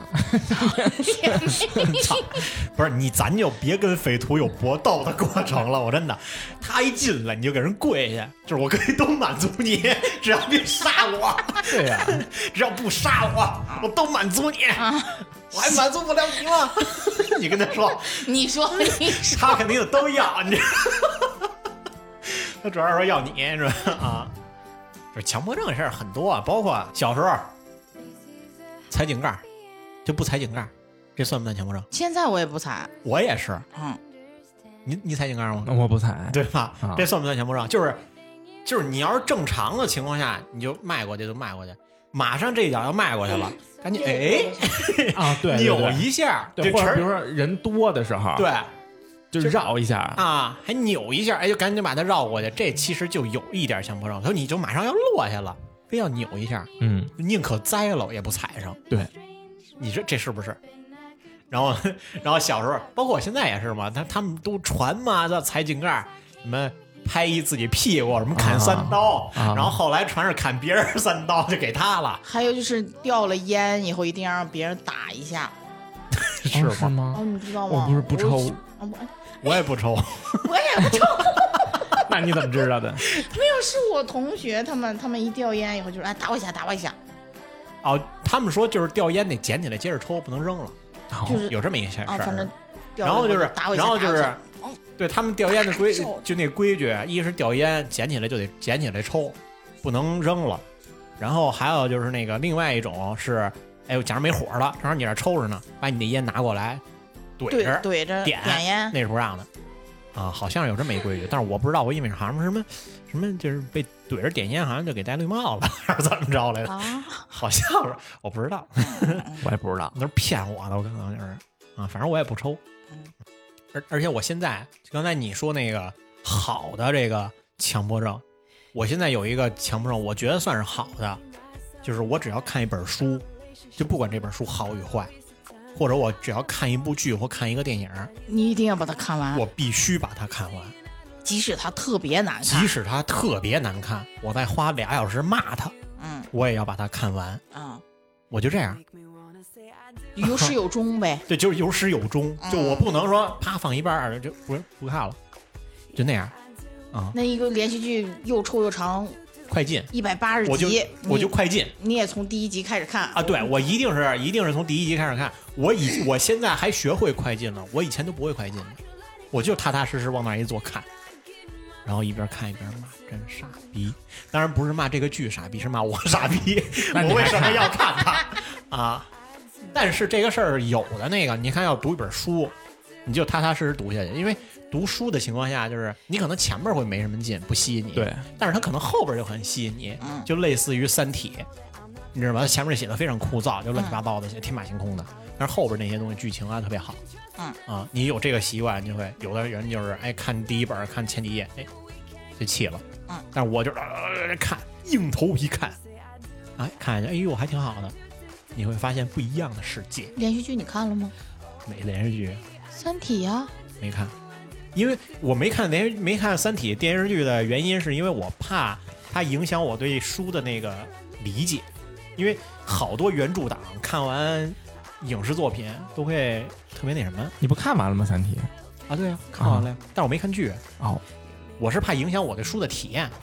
操！不是你，咱就别跟匪徒有搏斗的过程了。我真的，他一进来你就给人跪下，就是我可以都满足你，只要别杀我。 对呀， 只要不杀我都满足你。我还满足不了你吗？你跟他说， 你说， 他肯定都要，你知道？他主要是说要你，是吧？啊，这强迫症的事儿很多啊，包括小时候踩井盖就不踩井盖，这算不算强迫症？ 现在我也不踩， 我也是。你踩井盖吗？ 我不踩， 对吧？这算不算强迫症？就是你要是正常的情况下，你就迈过去就迈过去。马上这一脚要迈过去了，赶紧对， 扭一下， 对，或者比如说人多的时候， 对， 就绕一下啊，还扭一下，就赶紧把它绕过去。这其实就有一点强迫症，所以你就马上要落下了，非要扭一下，宁可栽了也不踩上。 对， 你说这是不是？然后小时候，包括我现在也是嘛，他们都传嘛，叫踩井盖，什么。拍一自己屁股，什么砍3刀，然后后来传是砍别人3刀，就给他了。 还有就是掉了烟以后，一定要让别人打一下， 是吗？ 你知道吗？ 我不是不抽， 我也不抽， 我也不抽。 那你怎么知道的？ 没有，是我同学他们一掉烟以后就说，哎，打我一下，打我一下。 哦，他们说就是掉烟得捡起来接着抽，不能扔了， 就是有这么一些事儿。 反正然后就是，然后就是。对他们掉烟的就那规矩，一是掉烟捡起来就得捡起来抽，不能扔了。然后还有就是那个另外一种是，哎，假如没火了，正好你这抽着呢，把你那烟拿过来， 怼着点烟， 那是不让的啊，好像有这么一规矩，但是我不知道，我以为好像什么就是被怼着点烟，好像就给戴绿帽了，还是怎么着来着？好像是，我不知道， 我也不知道， 那是骗我的，我可能就是啊，反正我也不抽。而且我现在刚才你说那个好的这个强迫症，我现在有一个强迫症，我觉得算是好的，就是我只要看一本书，就不管这本书好与坏，或者我只要看一部剧或看一个电影， 你一定要把它看完， 我必须把它看完， 即使它特别难看， 即使它特别难看，我再花2小时骂它，我也要把它看完，我就这样。 有始有终呗， 对，就是有始有终，就我不能说啪放一半就不看了，就那样啊。 那一个连续剧又臭又长， 快进 180集， 我就快进。 你也从第1集开始看啊？ 对，我一定是从第1集开始看。我现在还学会快进了，我以前都不会快进的，我就踏踏实实往那一坐看，然后一边看一边骂，真傻逼。当然不是骂这个剧傻逼，是骂我傻逼。我为什么要看它啊？但是这个事儿有的那个，你看要读一本书，你就踏踏实实读下去，因为读书的情况下，就是你可能前面会没什么劲，不吸引你， 对， 但是它可能后边就很吸引你，就类似于《三体》，你知道吗？它前面写的非常枯燥，就乱七八糟的，写天马行空的，但是后边那些东西剧情啊特别好，你有这个习惯，就会有的人就是看第1本，看前几页，就气了，但是我就看，硬头皮看，看下去，哎呦还挺好的。你会发现不一样的世界。 连续剧你看了吗？ 没连续剧， 三体呀， 没看，因为我没看三体电视剧的原因是因为我怕它影响我对书的那个理解，因为好多原著党看完影视作品都会特别那什么。 你不看完了吗？三体啊，对呀，看完了呀，但我没看剧哦， 我是怕影响我对书的体验。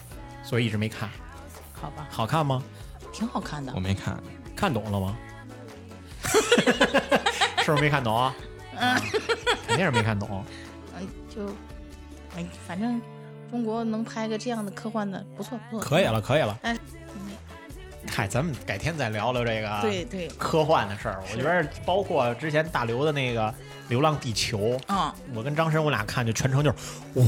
所以一直没看。 好吧， 好看吗？ 挺好看的我。没看， 看懂了吗？是不是没看懂啊？肯定是没看懂。 就反正中国能拍个这样的科幻的，不错不错。 可以了，可以了。 但是嗨，咱们改天再聊聊这个对科幻的事儿。我觉得包括之前大刘的那个《流浪地球》，我跟张申我俩看就全程就是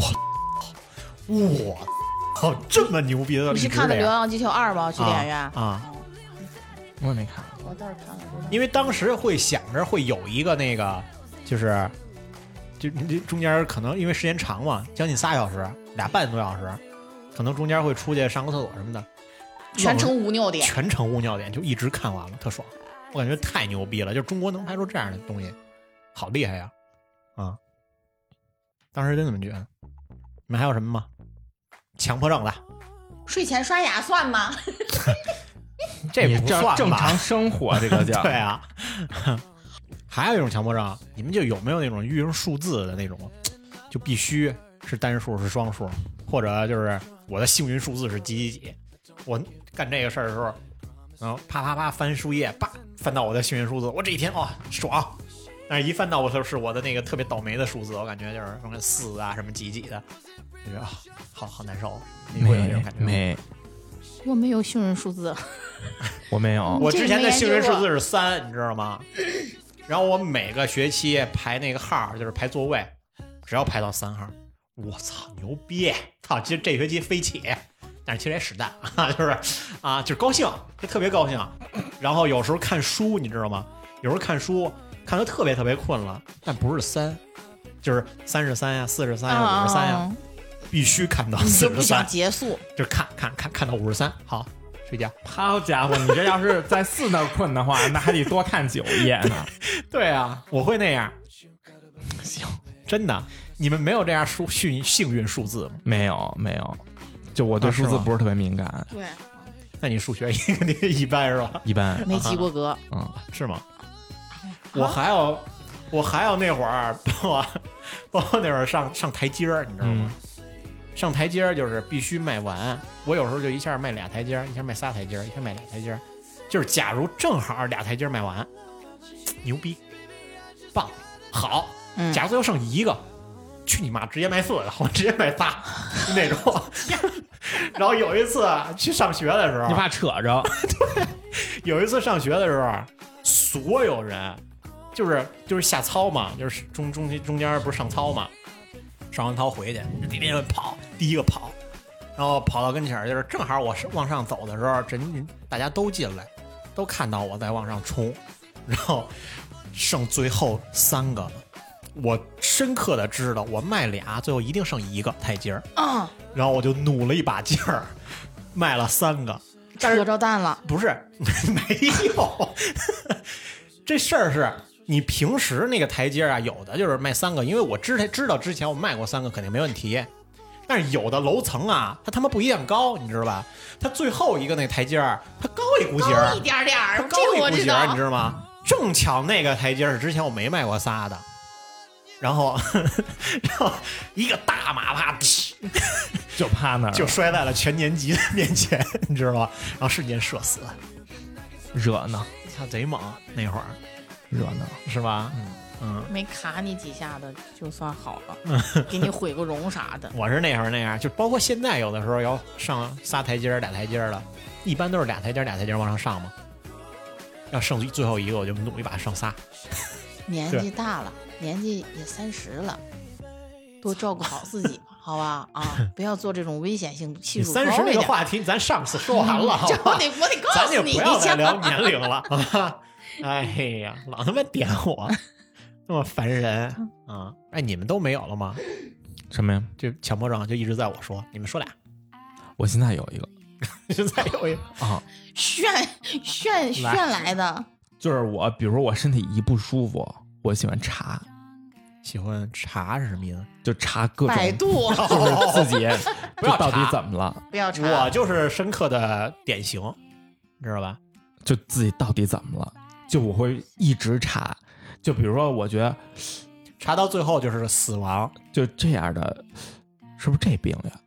哇，这么牛逼的！ 你是看的《流浪地球2》吗？去电影院啊？ 我也没看。 我倒是看了。 因为当时会想着会有一个那个，就中间可能因为时间长嘛，将近3小时，2半多小时，可能中间会出去上个厕所什么的， 全程无尿点， 全程无尿点，就一直看完了，特爽。我感觉太牛逼了，就中国能拍出这样的东西，好厉害呀！啊，当时真这么觉得。你们还有什么吗？强迫症的？ 睡前刷牙算吗？ 这不算吧， 正常生活这个叫对啊。还有一种强迫症，你们就有没有那种运用数字的那种，就必须是单数是双数，或者就是我的幸运数字是几几几。我干这个事儿的时候，然后啪啪啪翻书页，啪翻到我的幸运数字，我这一天爽。但是一翻到我是我的那个特别倒霉的数字，我感觉就是什么4啊什么几几的，就觉得好难受。你会有那种感觉吗？ 没， 我没有幸运数字。 我没有。 我之前的幸运数字是3，你知道吗？然后我每个学期排那个号，就是排座位，只要排到3号，我操牛逼！操，其实这学期飞起，但是其实也屎蛋啊，就是高兴，就特别高兴。然后有时候看书，你知道吗？有时候看书看得特别困了，但不是3，就是33呀、43呀、53呀，必须看到43， 你就不想结束， 就看到53，好。睡觉。 好家伙，你这要是在4那困的话，那还得多看9页呢。 对啊，我会那样。 行， 真的，你们没有这样幸运数字吗？ 没有，就我对数字不是特别敏感。 对， 那你数学一般是吧？ 一般没及过格。 是吗？我还有那会儿，包括那会儿上台阶儿，你知道吗？上台阶就是必须卖完，我有时候就一下卖2台阶，一下卖3台阶，一下卖2台阶，就是假如正好2台阶卖完，牛逼，棒，好。假如最后剩1个，去你妈，直接卖4个，我直接卖仨那种。然后有一次去上学的时候， 你怕扯着。 对，有一次上学的时候，所有人就是下操嘛，就是中间不是上操嘛。上完操回去，第一个跑，然后跑到跟前儿，就是正好我往上走的时候，大家都进来，都看到我在往上冲，然后剩最后3个，我深刻的知道我卖俩，最后一定剩1个台阶儿然后我就努了一把劲儿，卖了3个， 扯着蛋了， 不是没有，这事儿是。你平时那个台阶啊，有的就是卖3个，因为我知道之前我卖过3个，肯定没问题。但是有的楼层啊，它他妈不一样高，你知道吧？它最后一个那台阶它高一股节儿， 高一点点儿， 它高一股节儿，你知道吗？正巧那个台阶是之前我没卖过仨的，然后一个大马趴， 就趴那儿， 就摔在了全年级的面前，你知道吗？然后瞬间射死， 热闹， 他贼猛那会儿。 热闹是吧？ 没卡你几下的就算好了，给你毁个容啥的。 我是那会儿那样，就包括现在有的时候要上3台阶、2台阶的，一般都是2台阶往上上嘛。要剩最后一个，我就努一把上仨。 年纪大了，年纪也30了，多照顾好自己吧，好吧？不要做这种危险性系数高一点。 30那个话题咱上次说完了，好吧？ 我得告咱就诉你不要再聊年龄了，好吧？哎呀，老他妈点我，那么烦人啊！哎，你们都没有了吗？ 什么呀？ 就强迫症就一直在我说，你们说俩。 我现在有一个， 现在有一个啊， 炫来的， 就是我，比如说我身体一不舒服，我喜欢查。 喜欢查是什么意思？ 就查各种百度， 就是自己不要到底怎么了？ 不要查。 我就是深刻的典型，知道吧？ 就自己到底怎么了？就我会一直查，就比如说，我觉得查到最后就是死亡， 就这样的，是不是这病呀？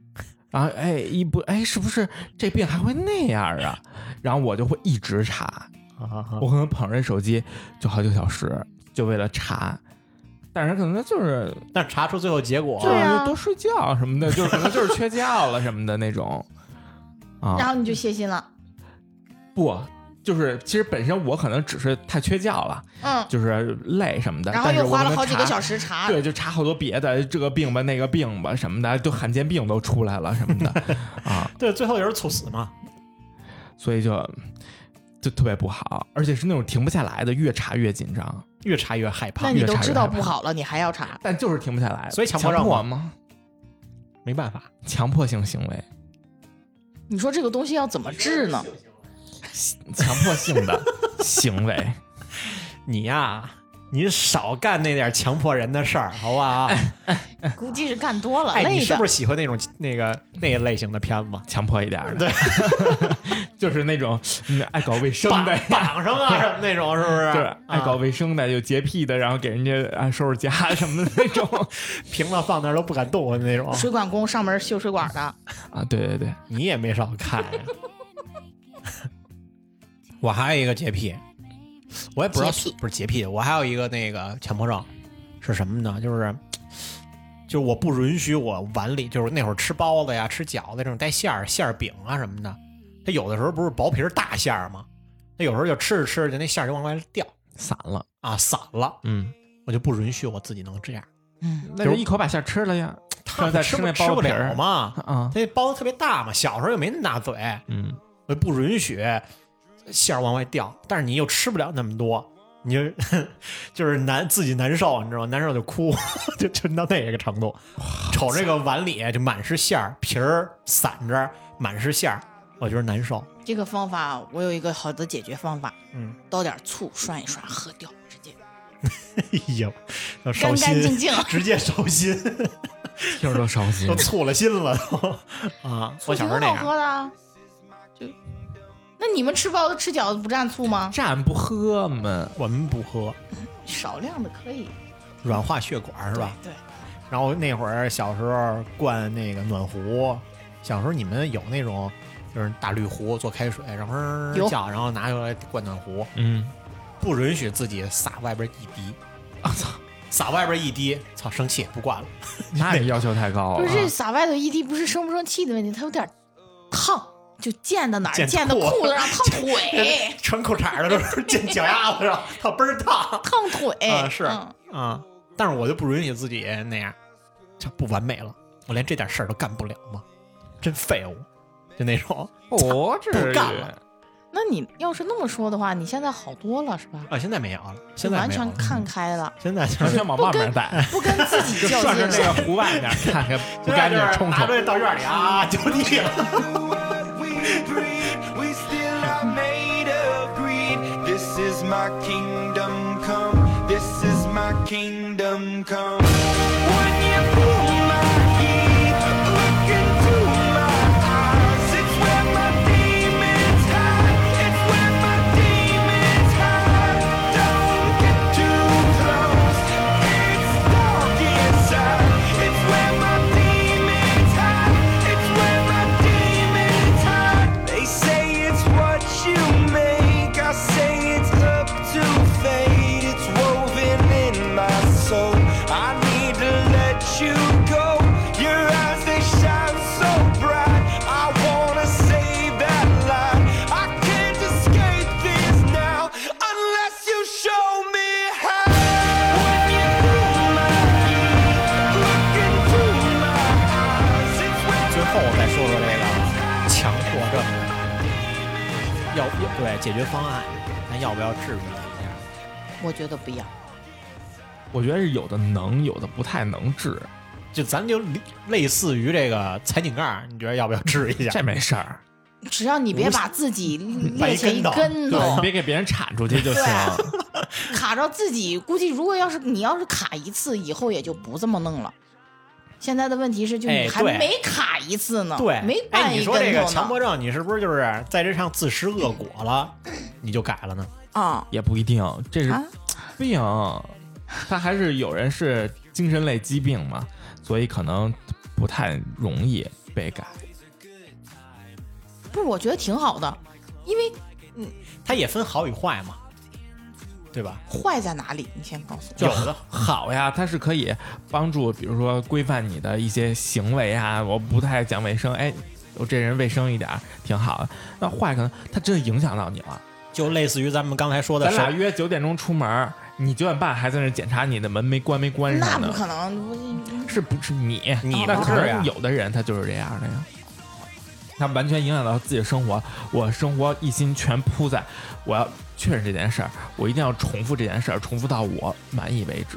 然后是不是这病还会那样啊？然后我就会一直查，我可能捧着手机就好几个小时，就为了查。但是可能但是查出最后结果， 对啊， 多睡觉什么的，就是可能就是缺觉了什么的那种啊。 然后你就歇心了。 不，就是其实本身我可能只是太缺觉了，就是累什么的。 然后又花了好几个小时查， 对，就查好多别的，这个病吧那个病吧什么的，就罕见病都出来了什么的啊。 对，最后也是猝死嘛， 所以就特别不好，而且是那种停不下来的，越查越紧张， 越查越害怕。 那你都知道不好了，你还要查， 但就是停不下来， 所以强迫吗？ 没办法， 强迫性行为。 你说这个东西要怎么治呢？ 强迫性的行为， 你呀，你少干那点强迫人的事儿，好不好？ 估计是干多了， 哎， 累的。 你是不是喜欢那种那个类型的片子？ 强迫一点的， 对， 就是那种爱搞卫生的， 绑上啊什么那种，是不是？ 就是爱搞卫生的，有洁癖的，然后给人家收拾家什么的那种， 瓶子放那儿都不敢动的那种。 水管工上门修水管的啊，对对对， 你也没少看呀。我还有一个洁癖，我也不知道不是洁癖，我还有一个那个强迫症是什么呢？就是我不允许我碗里，就是那会儿吃包子呀、吃饺子这种带馅儿饼啊什么的，它有的时候不是薄皮儿大馅儿吗？它有时候就吃着吃着那馅儿就往外掉， 散了啊，散了。我就不允许我自己能这样。 那就一口把馅儿吃了呀。 他再吃那包不了嘛？ 啊， 那包子特别大嘛，小时候又没那么大嘴，我就不允许馅儿往外掉，但是你又吃不了那么多，你就是自己难受，你知道吗？难受就哭，就到那个程度。瞅这个碗里就满是馅儿，皮儿散着，满是馅儿，我觉得难受。 这个方法我有一个好的解决方法，倒点醋涮一涮，喝掉，直接。 哎呦，要烧心， 干干净净， 直接烧心， 听着都烧心， 都醋了心了都啊！我小时候那样。 好喝的，那你们吃包子吃饺子不蘸醋吗？ 蘸不喝嘛， 我们不喝， 少量的可以， 软化血管是吧？ 对。 然后那会儿小时候灌那个暖壶，小时候你们有那种就是大绿壶做开水，然后叫，然后拿过来灌暖壶，不允许自己撒外边一滴。 我操！ 撒外边一滴，操，生气不灌了。 那你要求太高了。 不是这撒外头一滴，不是生不生气的问题，它有点烫，就溅到哪儿？溅到裤子上，烫腿。 穿裤衩的都是溅脚丫子上，它倍儿烫， 烫腿啊！是啊，但是我就不允许自己那样，就不完美了。我连这点事儿都干不了吗？真废物，就那种。 这不干了。 那你要是那么说的话，你现在好多了是吧？ 啊，现在没有了，现在完全看开了。 现在就是往外面带， 不跟自己较劲了。 顺着那个湖外面看看不干净，冲拿着到院里啊，就地了。对解决方案，咱要不要治愈一下？ 我觉得不要。 我觉得是有的能，有的不太能治。 就咱就类似于这个踩井盖，你觉得要不要治一下？ 这没事儿， 只要你别把自己趔趄一跟头， 你别给别人铲出去就行。 卡着自己，估计如果你要是卡一次，以后也就不这么弄了。现在的问题是，就你还没卡一次呢， 对， 没绊一跟头呢。 你说这个强迫症，你是不是就是在这上自食恶果了，你就改了呢？ 啊， 也不一定，这是病，他还是有人是精神类疾病嘛，所以可能不太容易被改。 不是，我觉得挺好的，因为它也分好与坏嘛，对吧？ 坏在哪里？你先告诉我。 有的好呀，它是可以帮助，比如说规范你的一些行为啊，我不太讲卫生，哎，我这人卫生一点挺好的。那坏可能它真的影响到你了， 就类似于咱们刚才说的， 咱俩约9点钟出门，你9点半还在那检查你的门没关上呢， 那不可能， 是不是你那可是呀能有的人他就是这样的呀。他完全影响到自己的生活，我生活一心全扑在我要确认这件事儿，我一定要重复这件事儿，重复到我满意为止。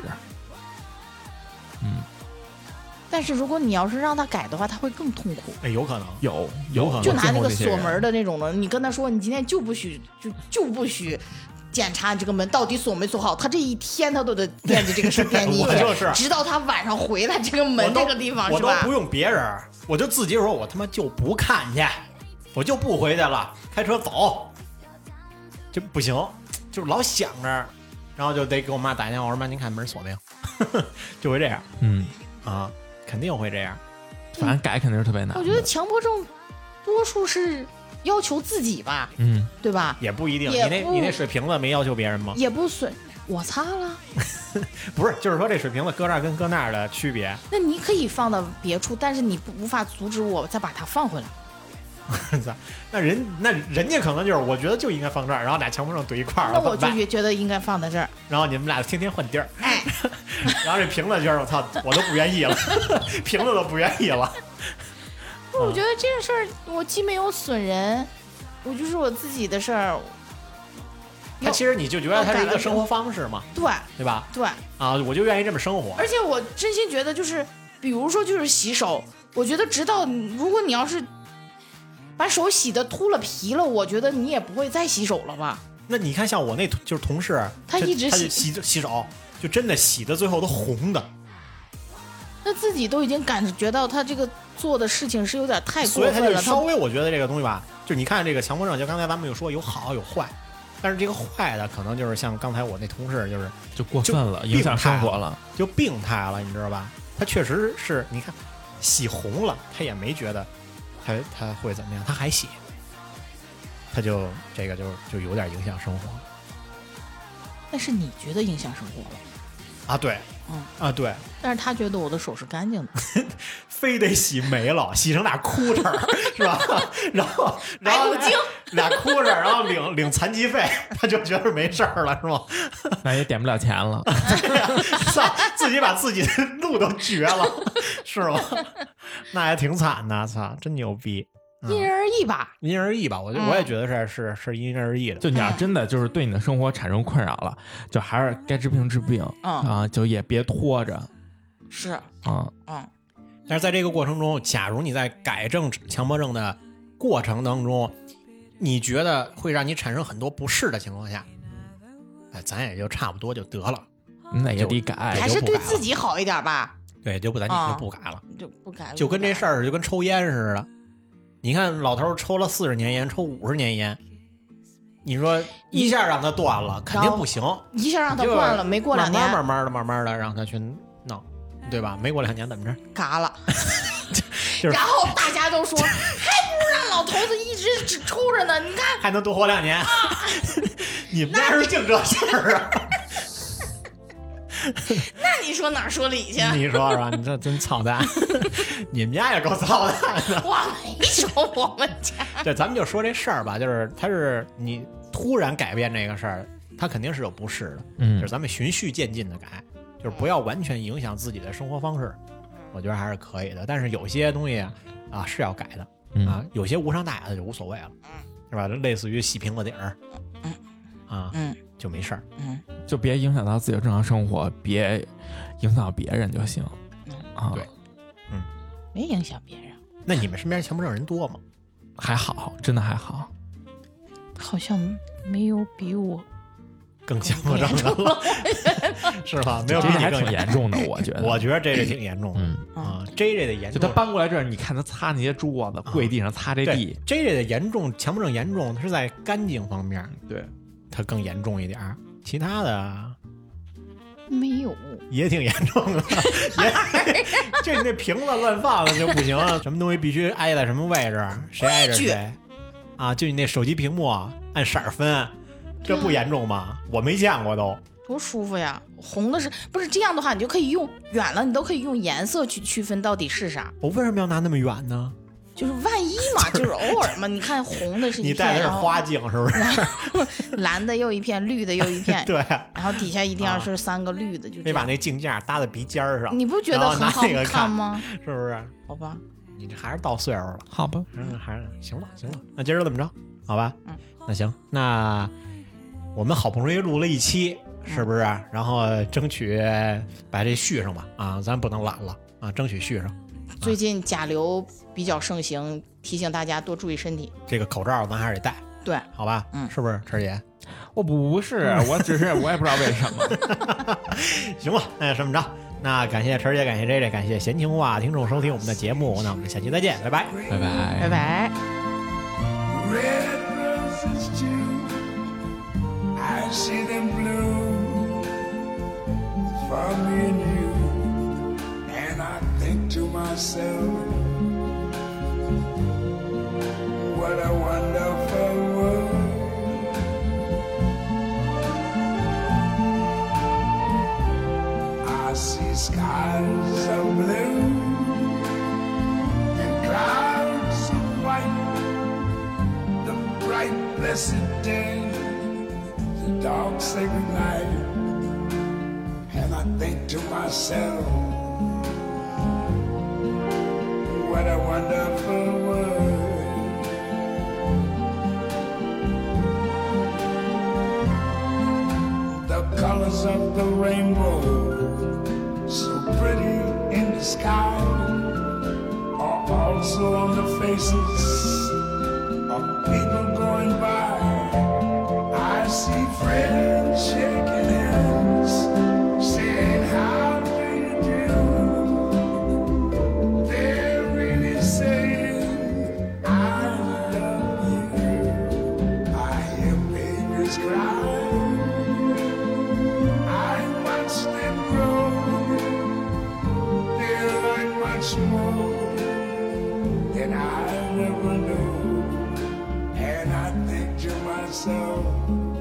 但是如果你要是让他改的话，他会更痛苦。 哎，有可能， 有可能就拿那个我见过这些人锁门的那种的，你跟他说，你今天就不许检查你这个门到底锁没锁好，他这一天他都得惦记这个事惦记一天， 我就是直到他晚上回来这个门这个地方是吧我都不？用别人，我就自己说，我他妈就不看去，我就不回去了，开车走，就不行，就老想着，然后就得给我妈打电话，我说妈，您看门锁没有？就会这样，肯定会这样。 反正改肯定是特别难的。 我觉得强迫症多数是要求自己吧，对吧？ 也不一定， 也不你那水瓶子没要求别人吗？ 也不损，我擦了。 不是，就是说这水瓶子搁这儿跟搁那儿的区别。 那你可以放到别处，但是你无法阻止我再把它放回来。 那人家可能就是，我觉得就应该放这儿，然后俩强迫症怼一块儿， 那我就也觉得应该放在这儿。 然后你们俩天天换地儿， 哎， 然后这瓶子觉得我操，我都不愿意了，瓶子都不愿意了。 我觉得这个事儿，我既没有损人，我就是我自己的事儿。 他其实你就觉得它是一个生活方式嘛，对吧？ 对啊，我就愿意这么生活。 而且我真心觉得，就是比如说，就是洗手，我觉得直到如果你要是把手洗的秃了皮了，我觉得你也不会再洗手了吧？ 那你看，像我那就是同事， 他一直他就洗手，就真的洗的最后都红的。 那自己都已经感觉到他这个做的事情是有点太过所以他就分了。 稍微，我觉得这个东西吧，就你看这个强迫症，就刚才咱们有说有好有坏，但是这个坏的可能就是像刚才我那同事， 就过分了，影响生活了， 就病态了，你知道吧？他确实是，你看洗红了，他也没觉得他会怎么样，他还洗，他就这个就有点影响生活但是你觉得影响生活了啊？对，对， 但是他觉得我的手是干净的， 非得洗没了，洗成俩裤衩是吧？然后白骨精俩裤衩，然后领残疾费，他就觉得没事儿了，是吗？ 那也点不了钱了。 操，自己把自己的路都绝了，是吗？那还挺惨的，操，真牛逼。 因人而异吧， 因人而异吧，我也觉得是因人而异的。 就你要真的就是对你的生活产生困扰了，就还是该治病治病就也别拖着。 是但是在这个过程中，假如你在改正强迫症的过程当中，你觉得会让你产生很多不适的情况下，咱也就差不多就得了， 那也得改， 还是对自己好一点吧。 对，就咱就不改了， 就不改了， 就跟这事儿就跟抽烟似的。你看老头抽了40年烟，抽50年烟，你说一下让他断了，肯定不行。 一下让他断了，没过2年， 慢慢的让他去弄，对吧？没过2年怎么着？ 嘎了。 就是然后大家都说，还不如让老头子一直只抽着呢。你看， 还能多活2年。你们家是净这事儿啊？ 那你说哪说理去？ 你说是吧？你这真操蛋！你们家也够操蛋的。 我没说我们家。 对，咱们就说这事儿吧，就是他是你突然改变这个事儿，他肯定是有不适的。就是咱们循序渐进的改，就是不要完全影响自己的生活方式，我觉得还是可以的。但是有些东西啊是要改的啊，有些无伤大雅的就无所谓了，是吧？类似于洗瓶子底儿，就没事儿， 就别影响到自己的正常生活，别影响到别人就行。 对， 没影响别人。 那你们身边强迫症人多吗？ 还好，真的还好， 好像没有比我更强迫症的了，是吧？没有比你更这还挺严重的，我觉得。 我觉得这挺严重的，J 的严重， 就他搬过来这儿，你看他擦那些桌子，跪地上擦这地。 J 的严重，强迫症严重，它是在干净方面， 对， 它更严重一点，其他的没有， 也挺严重的，也这你那瓶子乱放了就不行，什么东西必须挨在什么位置，谁挨着谁啊？就你那手机屏幕按色分，这不严重吗？我没见过都。 多舒服呀！红的是不是这样的话，你就可以用远了，你都可以用颜色去区分到底是啥。 我为什么要拿那么远呢？ 就是万一嘛，就是偶尔嘛。你看红的是一片， 你戴的是花镜是不是？ 然后蓝的又一片，绿的又一片， 对。 然后底下一定要是3个绿的，就得把那镜架搭在鼻尖上， 你不觉得很好看吗？ 是不是？ 好吧， 你这还是到岁数了， 好吧， 还是行了。那今儿怎么着？好吧，那行，那我们好不容易录了一期，是不是？然后争取把这续上吧，啊，咱不能懒了啊，争取续上。 最近甲流比较盛行，提醒大家多注意身体。 这个口罩咱还是得戴， 对， 好吧？是不是，晨姐？ 我不是，我只是我也不知道为什么。 行吧，那这么着，那感谢晨姐，感谢 J， 感谢闲情话听众收听我们的节目，那我们下期再见，拜拜， 拜拜， 拜拜。 Red roses too, I see them bloom for me and you, and I think to myself, what a wonderful world. I see skies of blue and clouds of white, the bright blessed day, the dark sacred night, and I think to myself, what a wonderful world. The colors of the rainbow, so pretty in the sky, are also on the faces of people going by. I see friends shaking hands, saying how do you do. They're really saying I love you. I hear babies cry, I watch them grow. They learn much more than I never knew. And I think to myself,